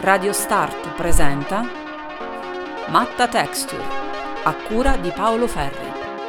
Radio Start presenta Matta Texture, a cura di Paolo Ferri.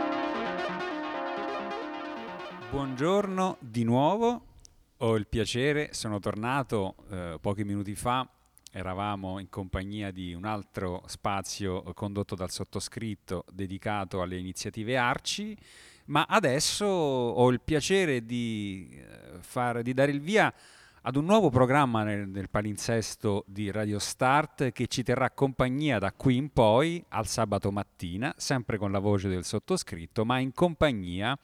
Buongiorno di nuovo, ho il piacere, sono tornato pochi minuti fa, eravamo in compagnia di un altro spazio condotto dal sottoscritto dedicato alle iniziative ARCI, ma adesso ho il piacere di dare il via ad un nuovo programma nel palinsesto di Radio Start che ci terrà compagnia da qui in poi al sabato mattina, sempre con la voce del sottoscritto, ma in compagnia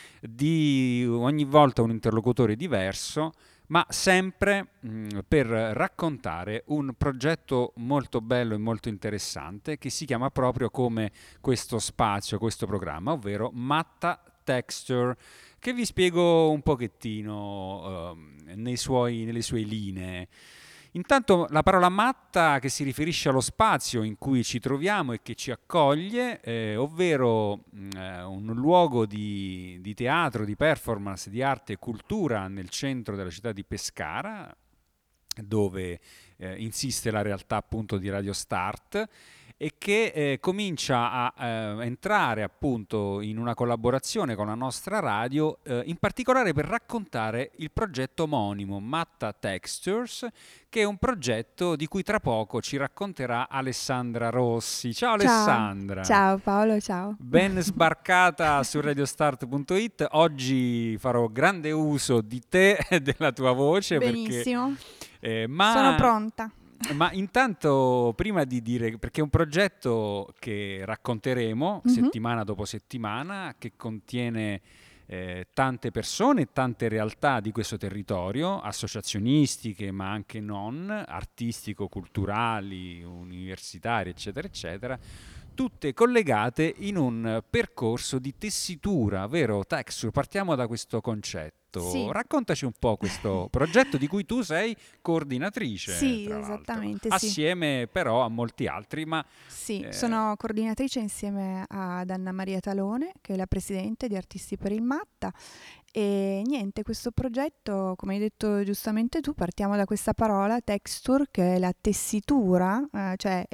di ogni volta un interlocutore diverso, ma sempre per raccontare un progetto molto bello e molto interessante che si chiama proprio come questo spazio, questo programma, ovvero Matta Texture, che vi spiego un pochettino nelle sue linee. Intanto la parola matta che si riferisce allo spazio in cui ci troviamo e che ci accoglie, ovvero un luogo di teatro, di performance, di arte e cultura nel centro della città di Pescara, dove insiste la realtà appunto di Radio Start e che comincia a entrare appunto in una collaborazione con la nostra radio, in particolare per raccontare il progetto omonimo Matta Textures, che è un progetto di cui tra poco ci racconterà Alessandra Rossi. Ciao Alessandra! Ciao Paolo, ciao! Ben sbarcata su radiostart.it. Oggi farò grande uso di te e della tua voce. Benissimo, perché, sono pronta. Ma intanto, prima di dire, perché è un progetto che racconteremo settimana dopo settimana, che contiene tante persone, tante realtà di questo territorio, associazionistiche ma anche non, artistico-culturali, universitarie, eccetera, eccetera, tutte collegate in un percorso di tessitura, vero Texture? Partiamo da questo concetto. Sì. Raccontaci un po' questo progetto di cui tu sei coordinatrice. Sì, tra esattamente. l'altro. Assieme però a molti altri, ma sì, sono coordinatrice insieme ad Anna Maria Talone, che è la presidente di Artisti per il Matta. E niente, questo progetto, come hai detto giustamente tu, partiamo da questa parola texture, che è la tessitura, cioè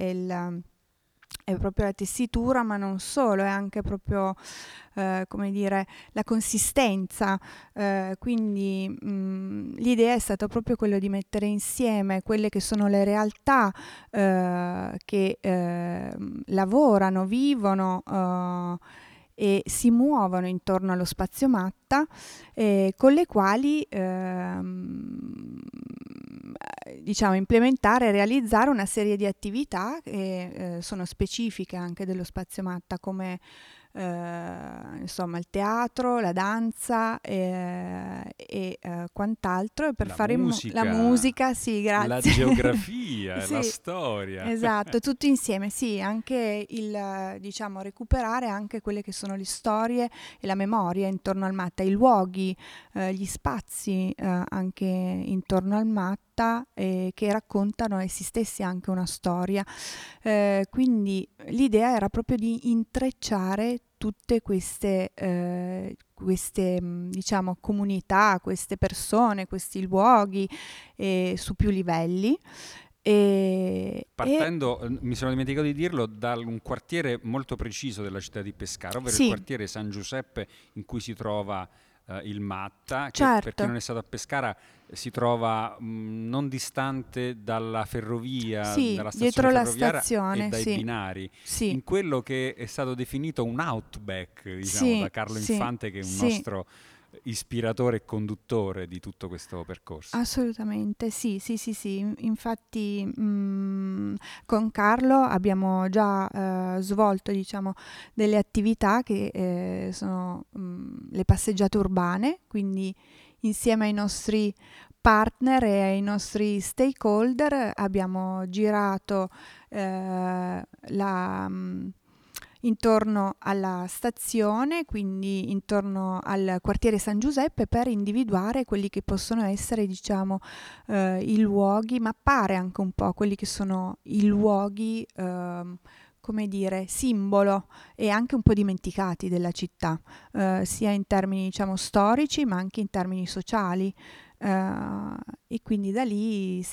è proprio la tessitura, ma non solo, è anche proprio, come dire, la consistenza. Quindi l'idea è stata proprio quello di mettere insieme quelle che sono le realtà che lavorano, vivono e si muovono intorno allo spazio Matta, con le quali diciamo implementare e realizzare una serie di attività che sono specifiche anche dello spazio Matta, come insomma il teatro, la danza e quant'altro, e per la fare musica, la musica, sì, grazie. La geografia, sì, la storia. Esatto, tutto insieme, sì, anche il diciamo recuperare anche quelle che sono le storie e la memoria intorno al Matta, i luoghi, gli spazi anche intorno al Matta, che raccontano essi stessi anche una storia. Quindi l'idea era proprio di intrecciare tutte queste diciamo comunità, queste persone, questi luoghi su più livelli. Partendo, mi sono dimenticato di dirlo, da un quartiere molto preciso della città di Pescara, ovvero sì, il quartiere San Giuseppe, in cui si trova il Matta, che certo. per chi non è stato a Pescara si trova non distante dalla ferrovia, sì, dalla dietro stazione la ferroviaria stazione, e dai sì. binari, Sì. in quello che è stato definito un outback, diciamo, Sì, da Carlo sì, Infante, che è un sì. nostro ispiratore e conduttore di tutto questo percorso. Assolutamente, sì. Infatti con Carlo abbiamo già svolto, diciamo, delle attività che sono le passeggiate urbane, quindi insieme ai nostri partner e ai nostri stakeholder abbiamo girato intorno alla stazione, quindi intorno al quartiere San Giuseppe, per individuare quelli che possono essere, diciamo, i luoghi, mappare anche un po' quelli che sono i luoghi, come dire, simbolo e anche un po' dimenticati della città, sia in termini, diciamo, storici, ma anche in termini sociali. E quindi da lì si è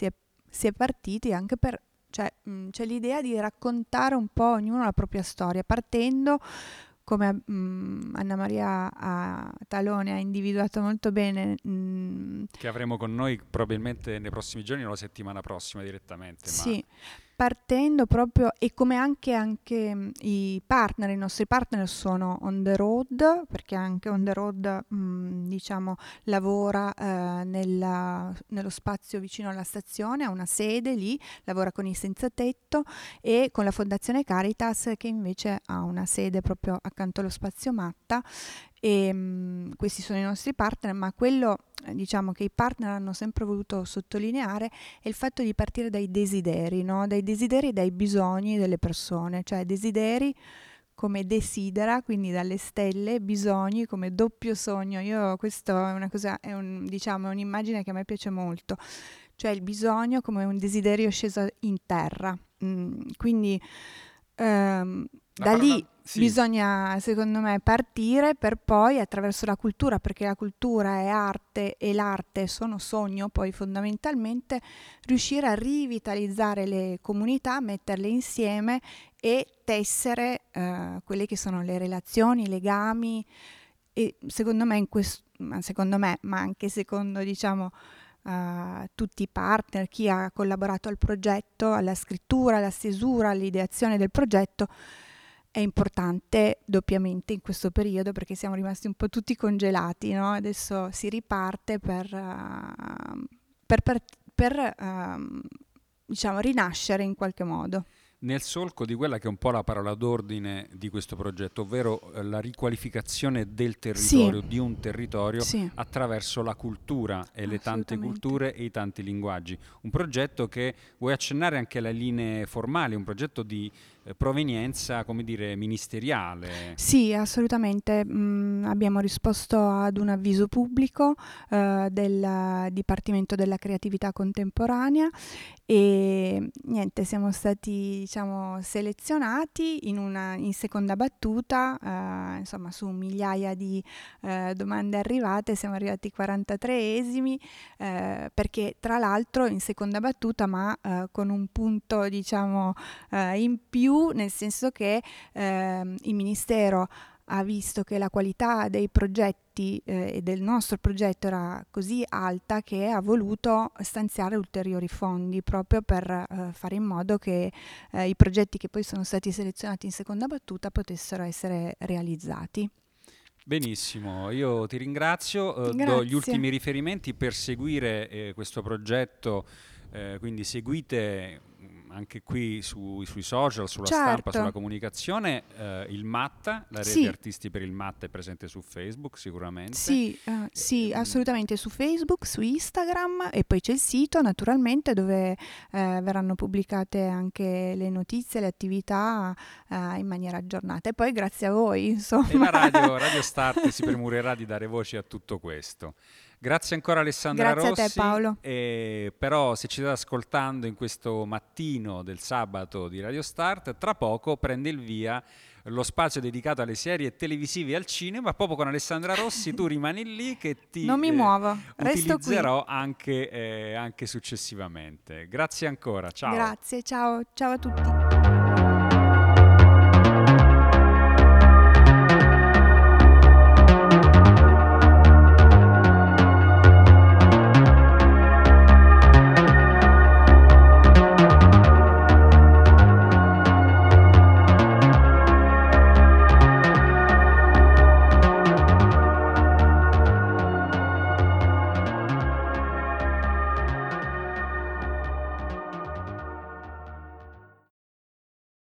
si è partiti anche per, cioè, c'è l'idea di raccontare un po' ognuno la propria storia, partendo, come Anna Maria Talone ha individuato molto bene. Che avremo con noi probabilmente nei prossimi giorni o la settimana prossima direttamente. Sì, partendo proprio, e come anche i partner, i nostri partner sono On The Road, perché anche On The Road diciamo lavora nello spazio vicino alla stazione, ha una sede lì, lavora con i senza tetto, e con la Fondazione Caritas, che invece ha una sede proprio accanto allo spazio Matta. E questi sono i nostri partner, ma quello diciamo che i partner hanno sempre voluto sottolineare è il fatto di partire dai desideri, no? Dai desideri e dai bisogni delle persone, cioè desideri come desidera, quindi dalle stelle, bisogni come doppio sogno. Io questo è una cosa, diciamo, è un'immagine che a me piace molto, cioè il bisogno come un desiderio sceso in terra. Quindi da lì sì. bisogna, secondo me, partire per poi, attraverso la cultura, perché la cultura è arte e l'arte sono sogno, poi fondamentalmente riuscire a rivitalizzare le comunità, metterle insieme e tessere quelle che sono le relazioni, i legami. E secondo me, ma anche secondo, diciamo, tutti i partner, chi ha collaborato al progetto, alla scrittura, alla stesura, all'ideazione del progetto, è importante doppiamente in questo periodo, perché siamo rimasti un po' tutti congelati, no? Adesso si riparte per diciamo, rinascere in qualche modo. Nel solco di quella che è un po' la parola d'ordine di questo progetto, ovvero la riqualificazione del territorio, Sì. di un territorio, Sì. attraverso la cultura e le tante culture e i tanti linguaggi. Un progetto che, vuoi accennare anche alle linee formali, un progetto di provenienza, come dire, ministeriale. Sì, assolutamente. Abbiamo risposto ad un avviso pubblico del Dipartimento della Creatività Contemporanea e niente, siamo stati, diciamo, selezionati in seconda battuta, insomma, su migliaia di domande arrivate, siamo arrivati 43esimi, perché tra l'altro in seconda battuta, ma con un punto, diciamo, in più, nel senso che il Ministero ha visto che la qualità dei progetti e del nostro progetto era così alta che ha voluto stanziare ulteriori fondi proprio per fare in modo che i progetti che poi sono stati selezionati in seconda battuta potessero essere realizzati. Benissimo, io ti ringrazio, do gli ultimi riferimenti per seguire questo progetto, quindi seguite anche qui sui social, sulla stampa, sulla comunicazione, il Matta, la rete Sì. Artisti per il Matta è presente su Facebook sicuramente. Sì, assolutamente, su Facebook, su Instagram, e poi c'è il sito naturalmente dove verranno pubblicate anche le notizie, le attività in maniera aggiornata, e poi grazie a voi, insomma. E la Radio Start si premurerà di dare voce a tutto questo. Grazie ancora Alessandra Rossi. Grazie a te, Paolo. Però se ci state ascoltando in questo mattino del sabato di Radio Start, tra poco prende il via lo spazio dedicato alle serie televisive e al cinema. Proprio con Alessandra Rossi tu rimani lì che ti non mi muovo, resto utilizzerò qui. anche successivamente. Grazie ancora, ciao. Grazie, ciao a tutti.